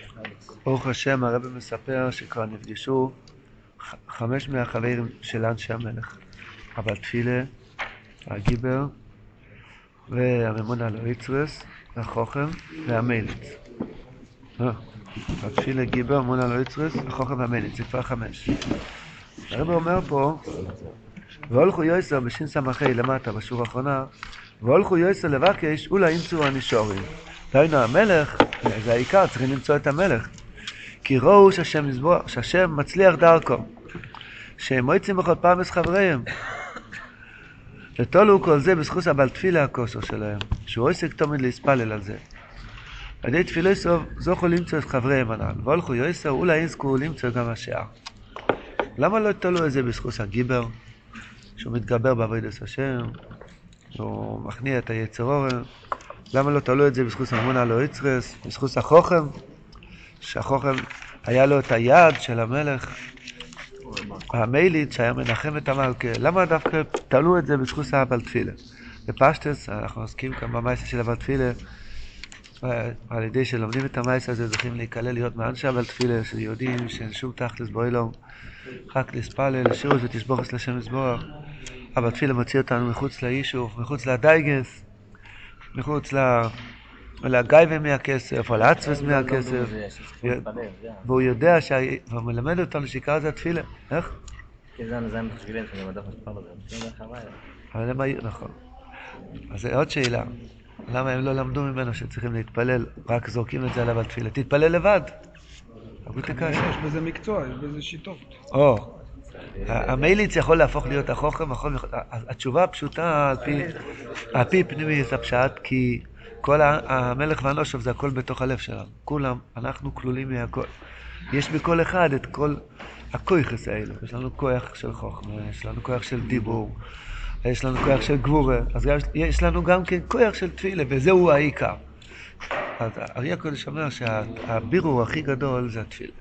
ברוך השם, הרב מספר שכבר נפגשו 5 מהחברים של אנשי המלך. אבל תפילה, הגיבר והממונה על היצרס, החוכם והמליץ. התפילה, גיבר, הממונה על היצרס, החוכם והמליץ, זה כבר 5. הרב אומר פה, והולכו יויסר בשין סמכי למטה בשורה האחרונה, והולכו יויסר לבקש אולי ימצאו הנשורים. דהיינו המלך, זה העיקר, צריכים למצוא את המלך. כי ראו שהשם מצליח דרכו, שהם מועצים בכל פעם את חבריהם. ותולו כל זה בזכות הבעל תפילה הכוסו שלהם, שהוא עוסק תמיד להספלל על זה. על ידי תפילה זוכו למצוא את חבריהם הנ"ל, והולכו יויסר אולי יזכו למצוא גם השאר. למה לא תולו את זה בזכות הגיבר, שהוא מתגבר בעבודת השם, שהוא מכניע את היצר אורן? למה לא תולו את זה בזכות הממונה על היצרס, בזכות החוכם, שהחוכם היה לו את היד של המלך, המליץ שהיה מנחם את המלכה? למה דווקא תלו את זה בזכות הבעל תפילה? בפשטס, אנחנו עוסקים כאן במייסה של הבעל תפילה, על ידי שלומדים את המייסה הזה, זוכים להיקלל להיות מאנשי הבעל תפילה, שיודעים שאין שום תכלס באילום, רק להספלל, לשירות ותשבוכס לשם יסבורך. הבעל תפילה מוציא אותנו מחוץ ליישוב, מחוץ לדייגס, מחוץ לגייבה מהכסף, או לעצבס מהכסף, והוא יודע, והוא מלמד אותנו שעיקר זה התפילה. איך? כי זה מחשבים שאני מדף משפר בזה, נכון. אז זה עוד שאלה, למה הם לא למדו ממנו שצריכים להתפלל, רק זורקים את זה עליו על תפילה? תתפלל לבד. יש בזה מקצוע, יש בזה שיטות. המליץ יכול להפוך להיות החוכם, התשובה הפשוטה על פי פנימי זה הפשט, כי כל המלך והנושב זה הכל בתוך הלב שלנו. כולם, אנחנו כלולים מהכל. יש בכל אחד את כל הכויחס האלו. יש לנו כוח של חוכמה, יש לנו כוח של דיבור, יש לנו כוח של גבורה, אז יש לנו גם כן כוח של תפילה, וזהו העיקר. אז אריה הקודש אומר שהבירור הכי גדול זה התפילה.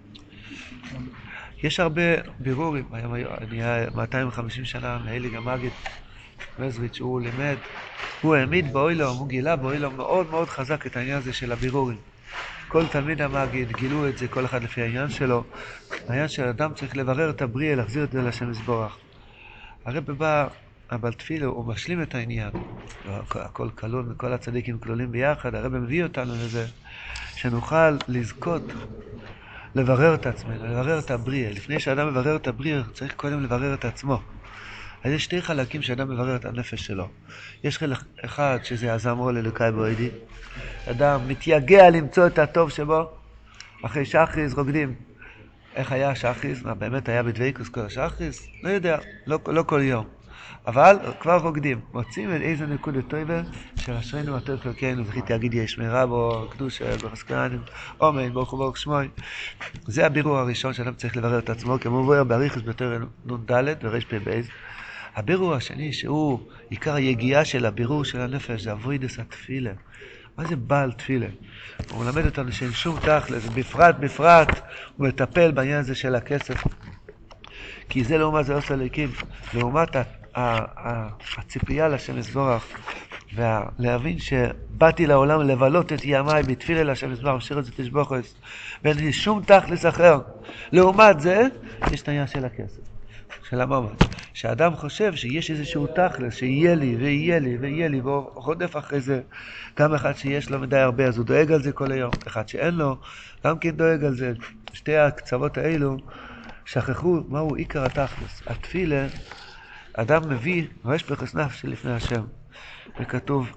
יש הרבה בירורים, היה 250 שנה מאלי גמגית מזריץ' שהוא לימד, הוא העמיד באוילום, הוא גילה באוילום מאוד מאוד חזק את העניין הזה של הבירורים. כל תלמיד המגיד גילו את זה, כל אחד לפי העניין שלו. העניין של אדם צריך לברר את הבריאה, להחזיר את זה לשם יסבורך. הרב בא, הבעל תפילה, הוא משלים את העניין. הכל כלול, מכל הצדיקים כלולים ביחד. הרב מביא אותנו לזה, שנוכל לזכות, לברר את עצמנו, לברר את הבריאה. לפני שאדם מברר את הבריאה, צריך קודם לברר את עצמו. אז יש 2 חלקים שאדם מברר את הנפש שלו. יש חלק אחד שזה הזמרו ללוקאי בוידי. אדם מתייגע למצוא את הטוב שבו. אחרי שחריס רוקדים. איך היה שחריס? מה באמת היה בדוויקוס כל השחריס? לא יודע, לא כל יום. אבל כבר רוקדים. מוצאים את איזה נקודת טובה שרשרנו הטוב חלקנו, וכי תגיד יש מרע בו, קדוש ברסקרנים, אומן, ברוך הוא ברוך שמוי. זה הבירור הראשון שאדם צריך לברר את עצמו, כמו בואי באריכוס ביותר נ"ד ורש פ"ב. הבירור השני, שהוא עיקר היגיעה של הבירור של הנפש, זה אבוידס התפילה. מה זה בעל תפילה? הוא מלמד אותנו שאין שום תכלס, בפרט הוא מטפל בעניין הזה של הכסף. כי זה לעומת זה עושה ליקים, לעומת הציפייה לשם יסבורך, ולהבין שבאתי לעולם לבלות את ימיי בתפילה לשם יסבורך, משאיר את זה תשבוכס, ואין לי שום תכלס אחר. לעומת זה, יש את העניין של הכסף. של המומד, שהאדם חושב שיש איזשהו תכלס, שיהיה לי ויהיה לי ויהיה לי, והוא רודף אחרי זה. גם אחד שיש לו מדי הרבה, אז הוא דואג על זה כל היום. אחד שאין לו, גם כן דואג על זה. שתי הקצוות האלו, שכחו מהו עיקר התכלס. התפילה, אדם מביא רש פרחס נפש לפני השם. וכתוב,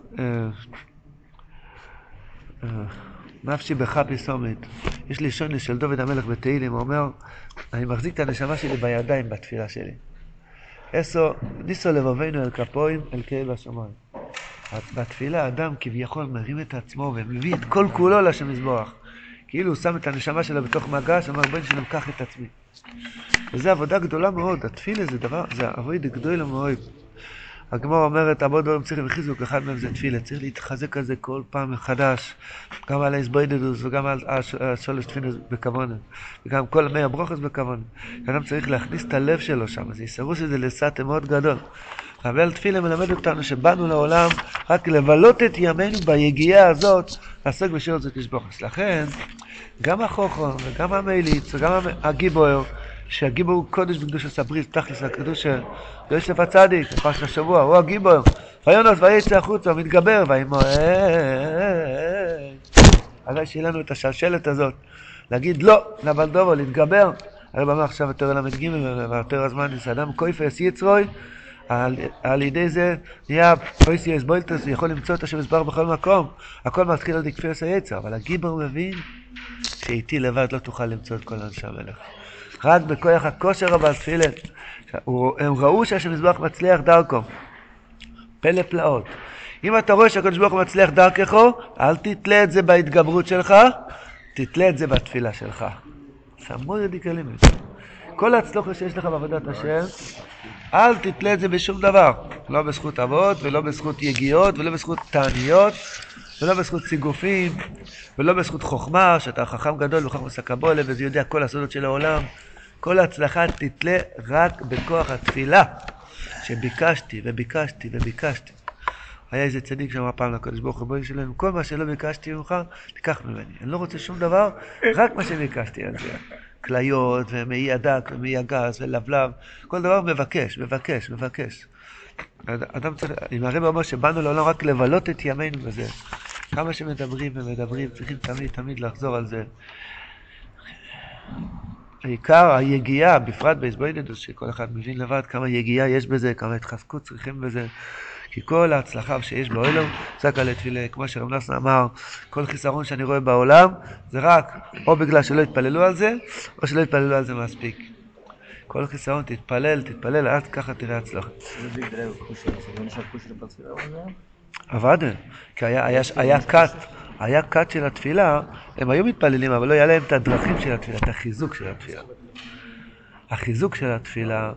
נפשי בחפי סומית. יש לי שוני של דוד המלך בתהילים, הוא אומר, אני מחזיק את הנשמה שלי בידיים בתפילה שלי. ניסו לבבינו אל כפויים אל כאב השמיים. בתפילה האדם כביכול מרים את עצמו ומביא את כל כולו לשם יסבורך. כאילו הוא שם את הנשמה שלו בתוך מגש, אומר בן שלם קח את עצמי. וזו עבודה גדולה מאוד. התפילה זה דבר, זה עבודה גדולה מאוד. הגמרא אומרת, הרבה דברים צריכים חיזוק, אחד מהם זה תפילה, צריך להתחזק על זה כל פעם מחדש, גם על ההסבוידדוס וגם על השולש תפילס בכוונה, וגם כל 100 ברוכות בכוונה. אדם צריך להכניס את הלב שלו שם, אז יסרו שזה לסאטה מאוד גדול. אבל תפילה מלמד אותנו שבאנו לעולם רק לבלות את ימינו ביגיעה הזאת, לעסוק בשיר הזאת לשבוחס. לכן, גם החוכם וגם המליץ וגם הגיבור, שהגיבור הוא קודש בקדוש הסבריס, תכלס הקדוש של יוסף הצדיק, פרשת השבוע, הוא הגיבור. ויונס ויצא החוצה, מתגבר, וימועד. הרי שיהיה לנו את השלשלת הזאת, להגיד לא, לבלדובו, להתגבר. הרי במה עכשיו יותר למד ג' ויותר הזמן אדם קויפס יצרוי, על ידי זה נהיה פויסיאס בוילטס, יכול למצוא את השם יסבר בכל מקום. הכל מתחיל על דקפיוס היצר, אבל הגיבור מבין שאיתי לבד לא תוכל למצוא את כל אנשי המלך. רק בכוח הכושר אבל תפילה, הם ראו שהשם יסברך מצליח דרכו. פלא פלאות. אם אתה רואה שהקדוש ברוך הוא מצליח דרכך, אל תתלה את זה בהתגברות שלך, תתלה את זה בתפילה שלך. סמור ידיקלים. כל ההצלחה שיש לך בעבודת השם, אל תתלה את זה בשום דבר. לא בזכות אבות, ולא בזכות יגיעות, ולא בזכות תעניות, ולא בזכות סיגופים, ולא בזכות חוכמה, שאתה חכם גדול וחכם סקבולה, וזה יודע כל הסודות של העולם. כל ההצלחה תתלה רק בכוח התפילה, שביקשתי וביקשתי וביקשתי. היה איזה צדיק שאמר פעם לקדוש ברוך הוא, בואי שלנו, כל מה שלא ביקשתי ממך, תיקח ממני. אני לא רוצה שום דבר, רק מה שביקשתי על זה. כליות ומעי הדק ומעי הגז ולבלב, כל דבר מבקש, מבקש, מבקש. אדם צריך, עם הרב אומר שבאנו לעולם רק לבלות את ימינו בזה. כמה שמדברים ומדברים, צריכים תמיד לחזור על זה. העיקר היגיעה, בפרט בהסבוידדוס, שכל אחד מבין לבד כמה יגיעה יש בזה, כמה התחזקות צריכים בזה. כי כל ההצלחה שיש בעולם, זה כאלה תפילה, כמו שרב נסן אמר, כל חיסרון שאני רואה בעולם, זה רק או בגלל שלא התפללו על זה, או שלא התפללו על זה מספיק. כל חיסרון תתפלל, עד ככה תראה הצלחה. עבדן, כי היה קאט של התפילה, הם היו מתפללים, אבל לא היה להם את הדרכים של התפילה, את החיזוק של התפילה. החיזוק של התפילה,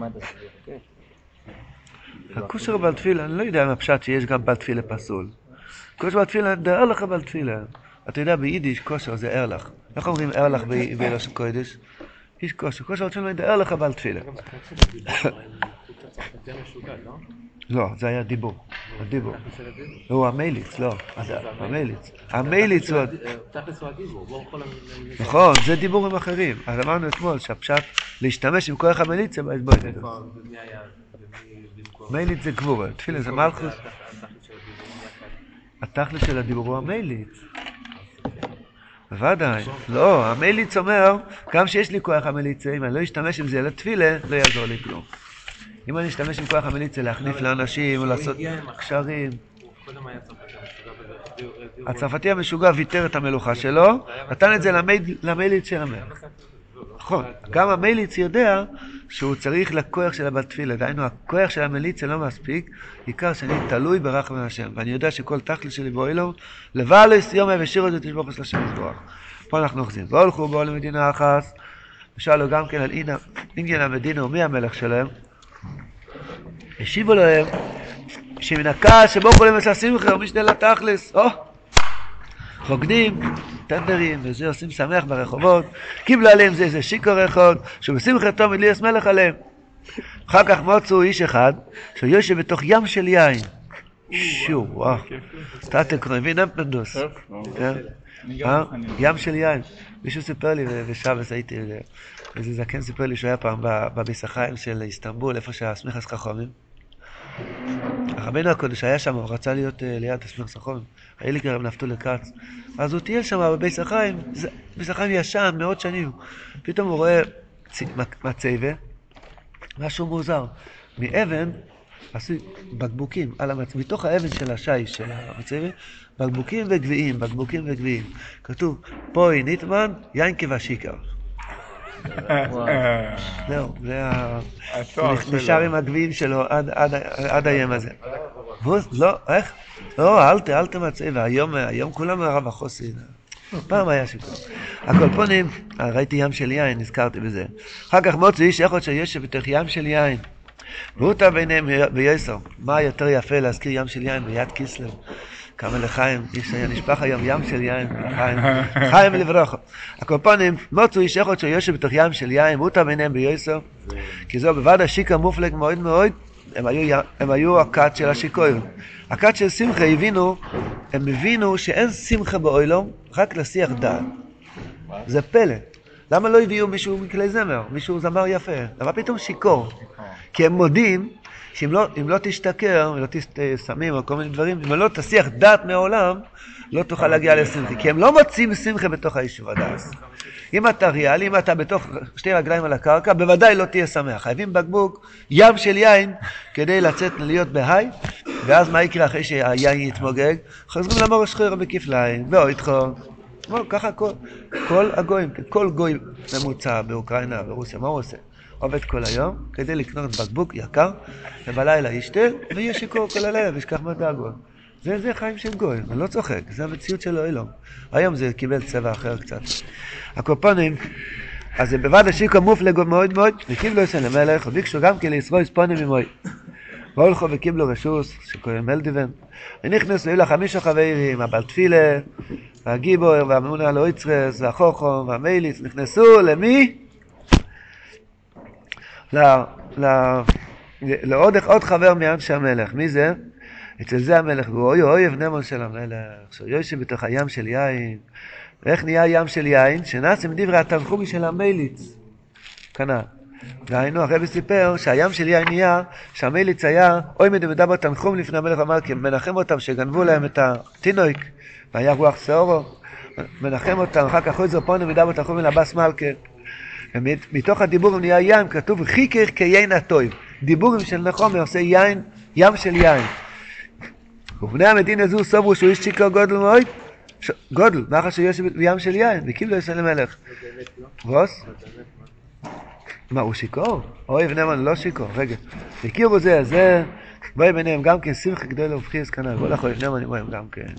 הכושר בתפילה, אני לא יודע מה פשט שיש גם בתפילה פסול. כושר בתפילה, דאר לך בתפילה. אתה יודע, ביידיש כושר זה ארלך. איך אומרים ארלך בלשון קודש? יש כושר. כושר בתפילה, דאר לך בתפילה. לא, זה היה דיבור. הדיבור. הוא המליץ, לא. המליץ. המליץ הוא... נכון, זה דיבורים אחרים. אז אמרנו אתמול שהפשט להשתמש עם כוח המליץ זה בהסבוידדוס. מליץ זה גבורה, תפילה זה מלכוס. התכלית של הדיבור הוא המליץ. בוודאי. לא, המליץ אומר, גם שיש לי כוח המליצה, אם אני לא אשתמש עם זה לתפילה, לא יעזור לי כלום. אם אני אשתמש עם כוח המליצה להחניף לאנשים או לעשות קשרים. הצרפתי המשוגע ויתר את המלוכה שלו, נתן את זה למליץ של המלך. נכון, גם המליץ יודע שהוא צריך לכוח של הבתפילה, דהיינו הכוח של המליץ לא מספיק, עיקר שאני תלוי ברחם השם, ואני יודע שכל תכלית שלי באוילום, לבעל יום ושיר את זה תשבוך לשם יזבוח. פה אנחנו אוחזים, והולכו בו למדינה אחת, ושאלו גם כן על עניין המדינה ומי המלך שלהם, השיבו להם, שמן הקש שבו כולם מסעשים לכם, משנה לתכלס, רוקדים, טנדרים, וזה עושים שמח ברחובות, קיבלו עליהם זה איזה שיקור אחד, שהוא בשמחת תמיד ליאס מלך עליהם. אחר כך מוצאו איש אחד, שהוא יושב בתוך ים של יין. וואו, תתה קרובין אמפנדוס. ים של יין. מישהו סיפר לי, ושבס הייתי, איזה זקן סיפר לי שהוא היה פעם בביסחיים של איסטנבול, איפה שהסמיכס חכמים. רבינו הקודש היה שם, הוא רצה להיות ליד הסמיכס חכמים. היה לי קרב נפתו לקץ. אז הוא טייל שם בביסחיים, ביסחיים ישן, מאות שנים. פתאום הוא רואה מצבה, משהו מוזר. מאבן, עשו בקבוקים, מתוך האבן של השיש של המצבה, בקבוקים וגביעים, בקבוקים וגביעים. כתוב, פוי ניטמן, יין כבשיקר. זהו, הוא נשאר עם הגביעים שלו עד היום הזה. לא, איך? לא, אל תמצא, היום כולם הרב החוסי. פעם היה שיקור. הכל פונים, ראיתי ים של יין, נזכרתי בזה. אחר כך מוצא איש אחד שיושב בתוך ים של יין. והוא טע ביניהם ביוסר. מה יותר יפה להזכיר ים של יין ביד קיסלב? כמה לחיים, איש היה נשפח היום ים של יין, חיים לברוך. הקופונים, מוצאו איש אחד שיושב בתוך ים של יין, והוא טע ביניהם ביוסר, כי זו בוודא שיקר מופלג מאוד מאוד, הם היו הכת של השיקויים. הכת של שמחה הם הבינו שאין שמחה באוילום, רק לשיח דעת. זה פלא. למה לא הביאו מישהו מכלי זמר, מישהו זמר יפה? למה פתאום שיקור? כי הם מודים שאם לא תשתכר, ולא תסמים או כל מיני דברים, אם לא תשיח דעת מעולם, לא תוכל להגיע לשמחה. כי הם לא מוצאים שמחה בתוך הישיבה דעת. אם אתה ריאלי, אם אתה בתוך שתי רגליים על הקרקע, בוודאי לא תהיה שמח. חייבים בקבוק, ים של יין, כדי לצאת להיות בהיי, ואז מה יקרה אחרי שהיין יתמוגג? חוזרים למור שחור בכפליים, ואו איתכו. ככה כל הגויים, כל גוי ממוצע באוקראינה, ברוסיה, מה הוא עושה? עובד כל היום כדי לקנות בקבוק יקר, ובלילה ישתה, ויהיה שיקור כל הלילה, וישכח מדאגו. זה חיים של גוי, אני לא צוחק, זה המציאות של אילום. היום זה קיבל צבע אחר קצת. הקופונים, אז זה בבד השיקו מופלגו מאוד מאוד, וקיבלו אצל המלך, וביקשו גם כן לישראל ספונים ממוי. והולכו וקיבלו רשוס, שקוראים מלדיבן, ונכנסו אלה 5 חברים, הבעל תפילה, והגיבור, והממונה על אויצרס, והחוכום, והמייליץ, נכנסו למי? לעוד חבר מאנשי המלך. מי זה? אצל זה המלך, והוא אויב נמון של המלך, שיושב בתוך הים של יין. ואיך נהיה ים של יין? שנעשים דברי התנחומי של המייליץ. כנ"ל. והיינו, הרבי סיפר שהים של יין נהיה, שהמייליץ היה, אוי מדבר תנחום לפני המלך, אמר כי מנחם אותם שגנבו להם את התינוק, והיה רוח סעורו, מנחם אותם, אחר כך חוזר פונו מדבר תנחום לבס מלכה. ומתוך הדיבורים נהיה יין, כתוב חיקר כיין הטוב. דיבורים של נחומי עושה יין, ים של יין. ובני המדינה זו סוברו שהוא איש שיקר גודל מאוד, גודל, מאחר שיש בים של יין, וקיבלו יש למלך. רוס? מה, הוא שיקור? אוי, בניהם לא שיקור, רגע. הכירו זה, בואי ביניהם גם כן, שמחה גדול ובחיס כנל, בוא לך, בניהם אני רואים גם כן.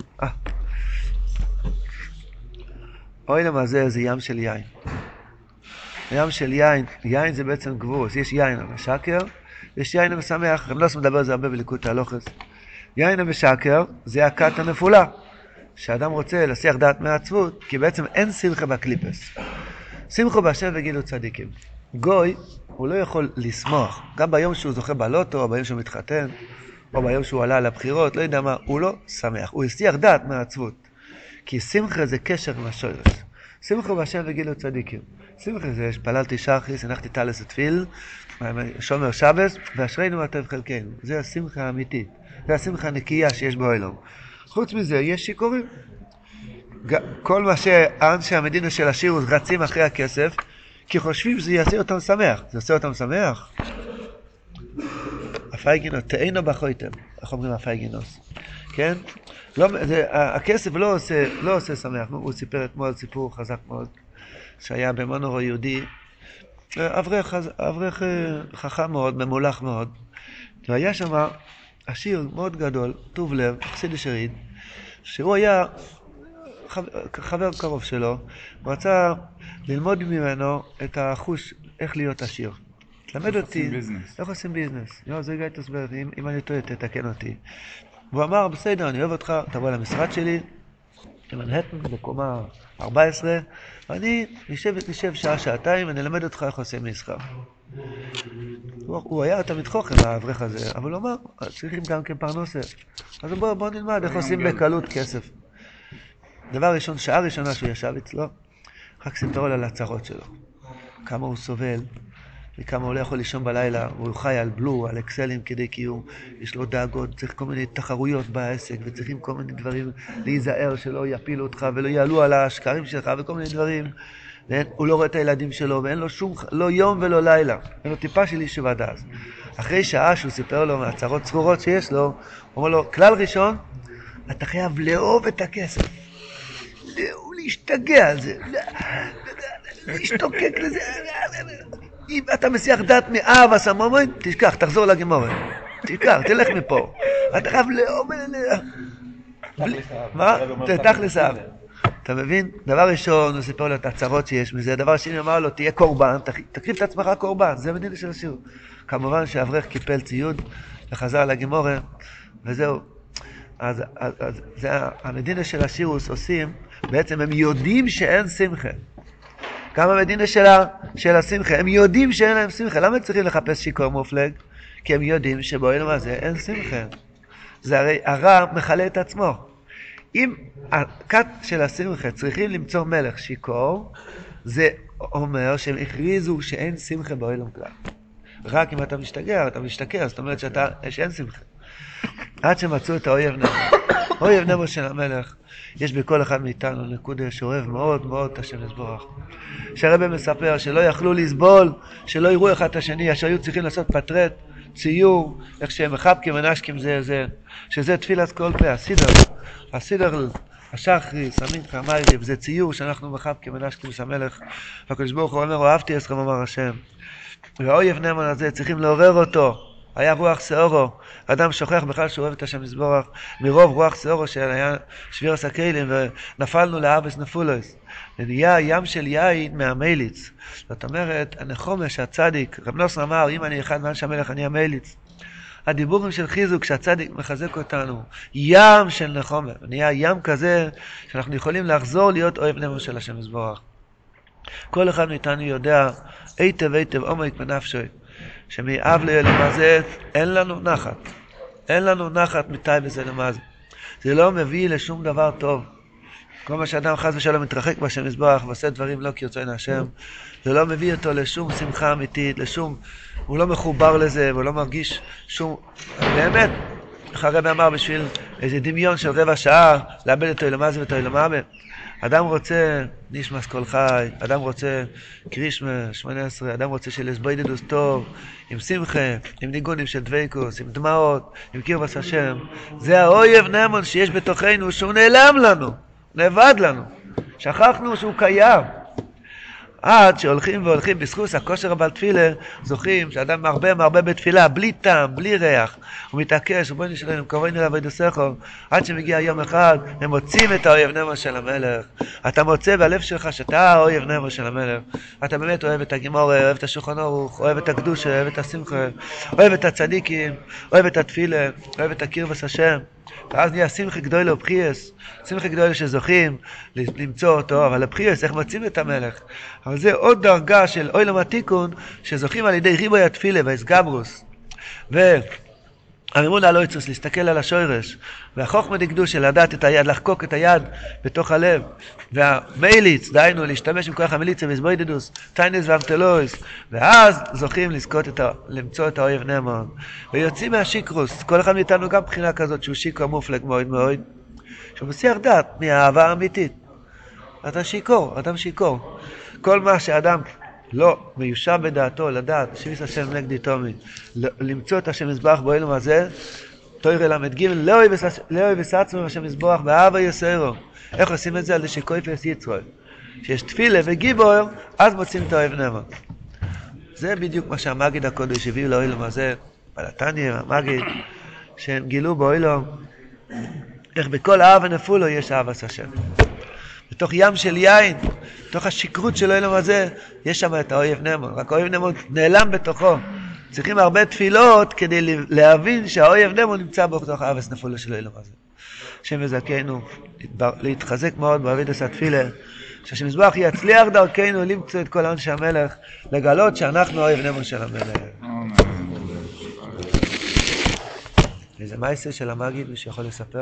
אוי למה זה ים של יין. ים של יין, יין זה בעצם גבוס, יש יין המשקר, יש יין המשמח, הם לא עושים לדבר על זה הרבה בליקוד תהלוכס. יין המשקר זה הכת הנפולה, שאדם רוצה להסיח דעת מעצבות, כי בעצם אין שמחה בקליפס. שמחו בהשם וגילו צדיקים. גוי, הוא לא יכול לשמוח, גם ביום שהוא זוכה בלוטו, או ביום שהוא מתחתן, או ביום שהוא עלה לבחירות, לא יודע מה, הוא לא שמח, הוא הסיח דעת מעצבות. כי שמחה זה קשר עם השורש. שמחו בהשם וגילו צדיקים. שמחה זה שפללתי שחריס, הנחתי טלס ותפיל, שומר שבס, ואשרינו וטוב חלקנו. זה השמחה האמיתית. זה השמחה הנקייה שיש באילום. חוץ מזה, יש שיקורים. כל מה שאנשי המדינה של השירוס רצים אחרי הכסף, כי חושבים שזה יעשה אותם שמח. זה עושה אותם שמח? הפייגינוס, תאינו בחויתם. איך אומרים הפייגינוס? כן? הכסף לא עושה שמח. הוא סיפר אתמול סיפור חזק מאוד, שהיה במונורו יהודי, אברך חכם מאוד, ממולח מאוד. והיה שם עשיר מאוד גדול, טוב לב, חסיד שריד, שהוא היה חבר קרוב שלו, הוא רצה ללמוד ממנו את החוש איך להיות עשיר. תלמד אותי, איך עושים ביזנס. זה רגע תסבר, אם אני טועה, תתקן אותי. והוא אמר, בסדר, אני אוהב אותך, תבוא למשרד שלי, במנהטן, בקומה 14, ואני נשב שעה-שעתיים, ואני אלמד אותך איך עושים מסחר. הוא היה תמיד חוכם, האברך הזה, אבל הוא אמר, צריכים גם כן פרנסה. אז בוא נלמד איך עושים בקלות כסף. דבר ראשון, שעה ראשונה שהוא ישב אצלו, רק סיפר על הצרות שלו. כמה הוא סובל, וכמה הוא לא יכול לישון בלילה, הוא חי על בלו, על אקסלים כדי קיום, יש לו דאגות, צריך כל מיני תחרויות בעסק, וצריכים כל מיני דברים להיזהר שלא יפילו אותך ולא יעלו על השקרים שלך וכל מיני דברים. הוא לא רואה את הילדים שלו, ואין לו שום, לא יום ולא לילה, אין לו טיפה של ישיבה דעת. אחרי שעה שהוא סיפר לו מהצרות צרורות שיש לו, הוא אומר לו, כלל ראשון, אתה חייב לאהוב את הכסף. להשתגע על זה, להשתוקק לזה. אם אתה מסיח דעת מאב הסמומן, תשכח, תחזור לגמורת. תשכח, תלך מפה. אתה חייב לאהוב... מה? תתכלס אב. אתה מבין? דבר ראשון, הוא סיפר לו את הצרות שיש מזה. דבר שני, אמר לו, תהיה קורבן, תקריב את עצמך קורבן. זה מדינה של השיר. כמובן שאברך קיפל ציוד וחזר לגמורה, וזהו. אז זה המדינה של השירוס עושים, בעצם הם יודעים שאין שמחה. גם המדינה של השמחה, הם יודעים שאין להם שמחה. למה הם צריכים לחפש שיקור מופלג? כי הם יודעים שבעולם הזה אין שמחה. זה הרי הרע מכלה את עצמו. אם הכת של השמחה צריכים למצוא מלך שיכור, זה אומר שהם הכריזו שאין שמחה בעולם כלל. רק אם אתה משתגע, זאת אומרת שאין שמחה. עד שמצאו את האויב נמו. אויב נמו של המלך, יש בכל אחד מאיתנו נקודה שאוהב מאוד מאוד את השם יתברך. שהרבא מספר שלא יכלו לסבול, שלא יראו אחד את השני, אשר היו צריכים לעשות פטרט, ציור, איך שהם מחבקים ונשקים זה, שזה תפילת כל פה, הסידר, השחריס, המנחה, המייריב, זה ציור שאנחנו מחבקים ונשקים את המלך. והקדוש ברוך הוא אומר, אהבתי אתכם, אמר השם. והאויב נאמן הזה צריכים לעורר אותו. היה רוח סעורו, אדם שוכח בכלל שהוא אוהב את השם יתברך, מרוב רוח סעורו שהיה שביר הסקרילים ונפלנו לאבס נפולוס. ונהיה ים של יין מהמליץ. זאת אומרת, הנחומש, הצדיק, רב נוסר אמר, אם אני אחד מאנשי המלך, אני המליץ. הדיבורים של חיזוק שהצדיק מחזק אותנו, ים של נחומש, ונהיה ים כזה שאנחנו יכולים לחזור להיות אוהב נאמן של השם יתברך. כל אחד מאיתנו יודע היטב עומק בנפשו, שמאב למעשה אין לנו נחת מתי בזה למעשה. זה לא מביא לשום דבר טוב. כל מה שאדם חס ושלום מתרחק בשם יתברך ועושה דברים לא כרצון השם, זה לא מביא אותו לשום שמחה אמיתית, הוא לא מחובר לזה, והוא לא מרגיש שום, באמת, איך הרב אמר בשביל איזה דמיון של רבע שעה, לאבד את אילמה זה ואת אילמה בה. אדם רוצה נשמס כל חי, אדם רוצה קרישמה 18, אדם רוצה שלסבוידדוס טוב, עם שמחה, עם ניגונים של דוויקוס, עם דמעות, עם קרבס השם. זה האויב נאמן שיש בתוכנו, שהוא נעלם לנו, נאבד לנו. שכחנו שהוא קיים. עד שהולכים בזכות הכושר הבעל תפילה, זוכים שאדם מרבה בתפילה, בלי טעם, בלי ריח. הוא מתעקש, ובואי נשאלנו, קוראים אליו וידוסכו, עד שמגיע יום אחד, הם מוצאים את האויב נאמן של המלך. אתה מוצא בלב שלך שאתה האויב נאמן של המלך. אתה באמת אוהב את הגימורה, אוהב את השולחן ערוך, אוהב את הקדושה, אוהב את השמחה, אוהב את הצדיקים, אוהב את התפילה, אוהב את הקרבס השם. ואז נהיה שמחה גדולה ובחייס, שמחה גדולה שזוכים למצוא אותו, אבל הבחייס, איך מוצאים את המלך? אבל זה עוד דרגה של אוילם התיקון, שזוכים על ידי ריבוי התפילה והסגברוס. והמימון על אויצוס, להסתכל על השורש, והחוכמה דקדוש של לדעת את היד, לחקוק את היד בתוך הלב, והמייליץ, דהיינו, להשתמש עם כוח המיליצה וסבוידדוס, טיינס ואמטלויס, ואז זוכים למצוא את האויב נאמן. ויוצאים מהשיקרוס, כל אחד מאיתנו גם בחינה כזאת, שהוא שיקר מופלג מאוד מאוד, שהוא מסיח דעת מהאהבה האמיתית. אתה שיקור. כל מה שאדם לא מיושב בדעתו, לדעת, שמיס השם נגדי תומי, למצוא את השם יזבח בעולם הזה, תוירה למד ג' לאוי וסעצמו השם יזבח באהבה יסרו. איך עושים את זה? על זה שקויפס יצרוי. שיש תפילה וגיבור, אז מוצאים את האוהב נאמן. זה בדיוק מה שהמגיד הקודש הביאו לעולם הזה, בלתניה, המגיד, שהם גילו בעולם, איך בכל אהבה נפולו יש אהבת השם. בתוך ים של יין, בתוך השקרות של העולם הזה, יש שם את האויב נאמן. רק האויב נאמן נעלם בתוכו. צריכים הרבה תפילות כדי להבין שהאויב נאמן נמצא בתוך אהבת נפולו של העולם הזה. השם יזכנו להתחזק מאוד בעבודת התפילה, שהשם יזבח יצליח דרכנו למצוא את כל אנשי המלך, לגלות שאנחנו האויב נאמן של המלך. וזה מעשה של המגיד, מי שיכול לספר?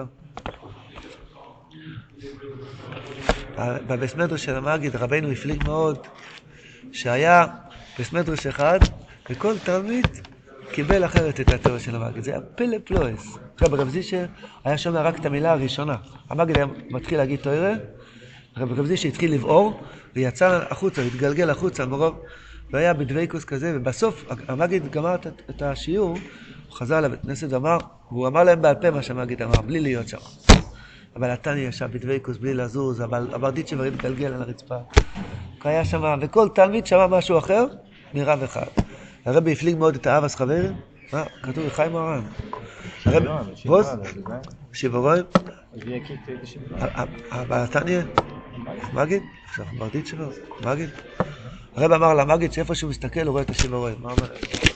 בבית מדרש של המגיד רבנו הפליג מאוד שהיה בית מדרש אחד וכל תלמיד קיבל אחרת את התורה של המגיד. זה היה פלא פלואס. רב זישר היה שומע רק את המילה הראשונה. המגיד היה מתחיל להגיד תורה, רב זישר התחיל לבעור ויצא החוצה, התגלגל החוצה מרוב, והיה בדוויקוס כזה, ובסוף המגיד גמר את השיעור, הוא חזר לבית כנסת והוא אמר להם בעל פה מה שהמגיד אמר, בלי להיות שם. אבל התני ישב בדוויקוס בלי לזוז, אבל הברדית שבר התגלגל על הרצפה. הוא היה שם, וכל תלמיד שמע משהו אחר, מרב אחד. הרבי הפליג מאוד את האבס חברים, כתוב לחיים מוהר"ן. הרבי, רוס? שיבורוי? אבל התני, מגיד? עכשיו, הברדית שלו, מגיד? הרבי אמר למגיד שאיפה שהוא מסתכל הוא רואה את השיבורוי. מה אומר?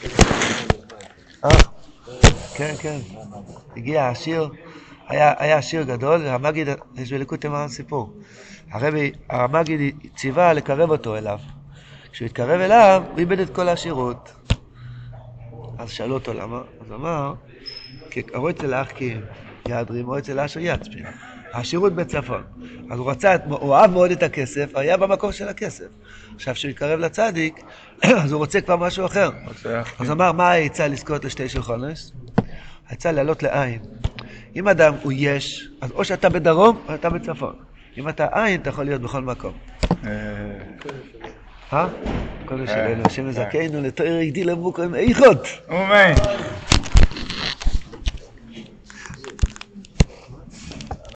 כן. הגיע השיר. היה שיר גדול, המגיד, יש בליקוטי מרן סיפור. המגיד ציווה לקרב אותו אליו. כשהוא התקרב אליו, הוא איבד את כל השירות. אז שאלו אותו למה, אז אמר, הרוי אצל האח כי יעדרים, או אצל האשר יצפין. העשירות בצפון. אז הוא אהב מאוד את הכסף, היה במקום של הכסף. עכשיו שהוא יקרב לצדיק, אז הוא רוצה כבר משהו אחר. אז אמר, מה העצה לזכות לשתי שולחנס? העצה לעלות לעין. אם אדם הוא יש, אז או שאתה בדרום או אתה בצפון. אם אתה עין, אתה יכול להיות בכל מקום. כל השאלה, השם מזכנו לתואר הגדיל עמוק עם איכות.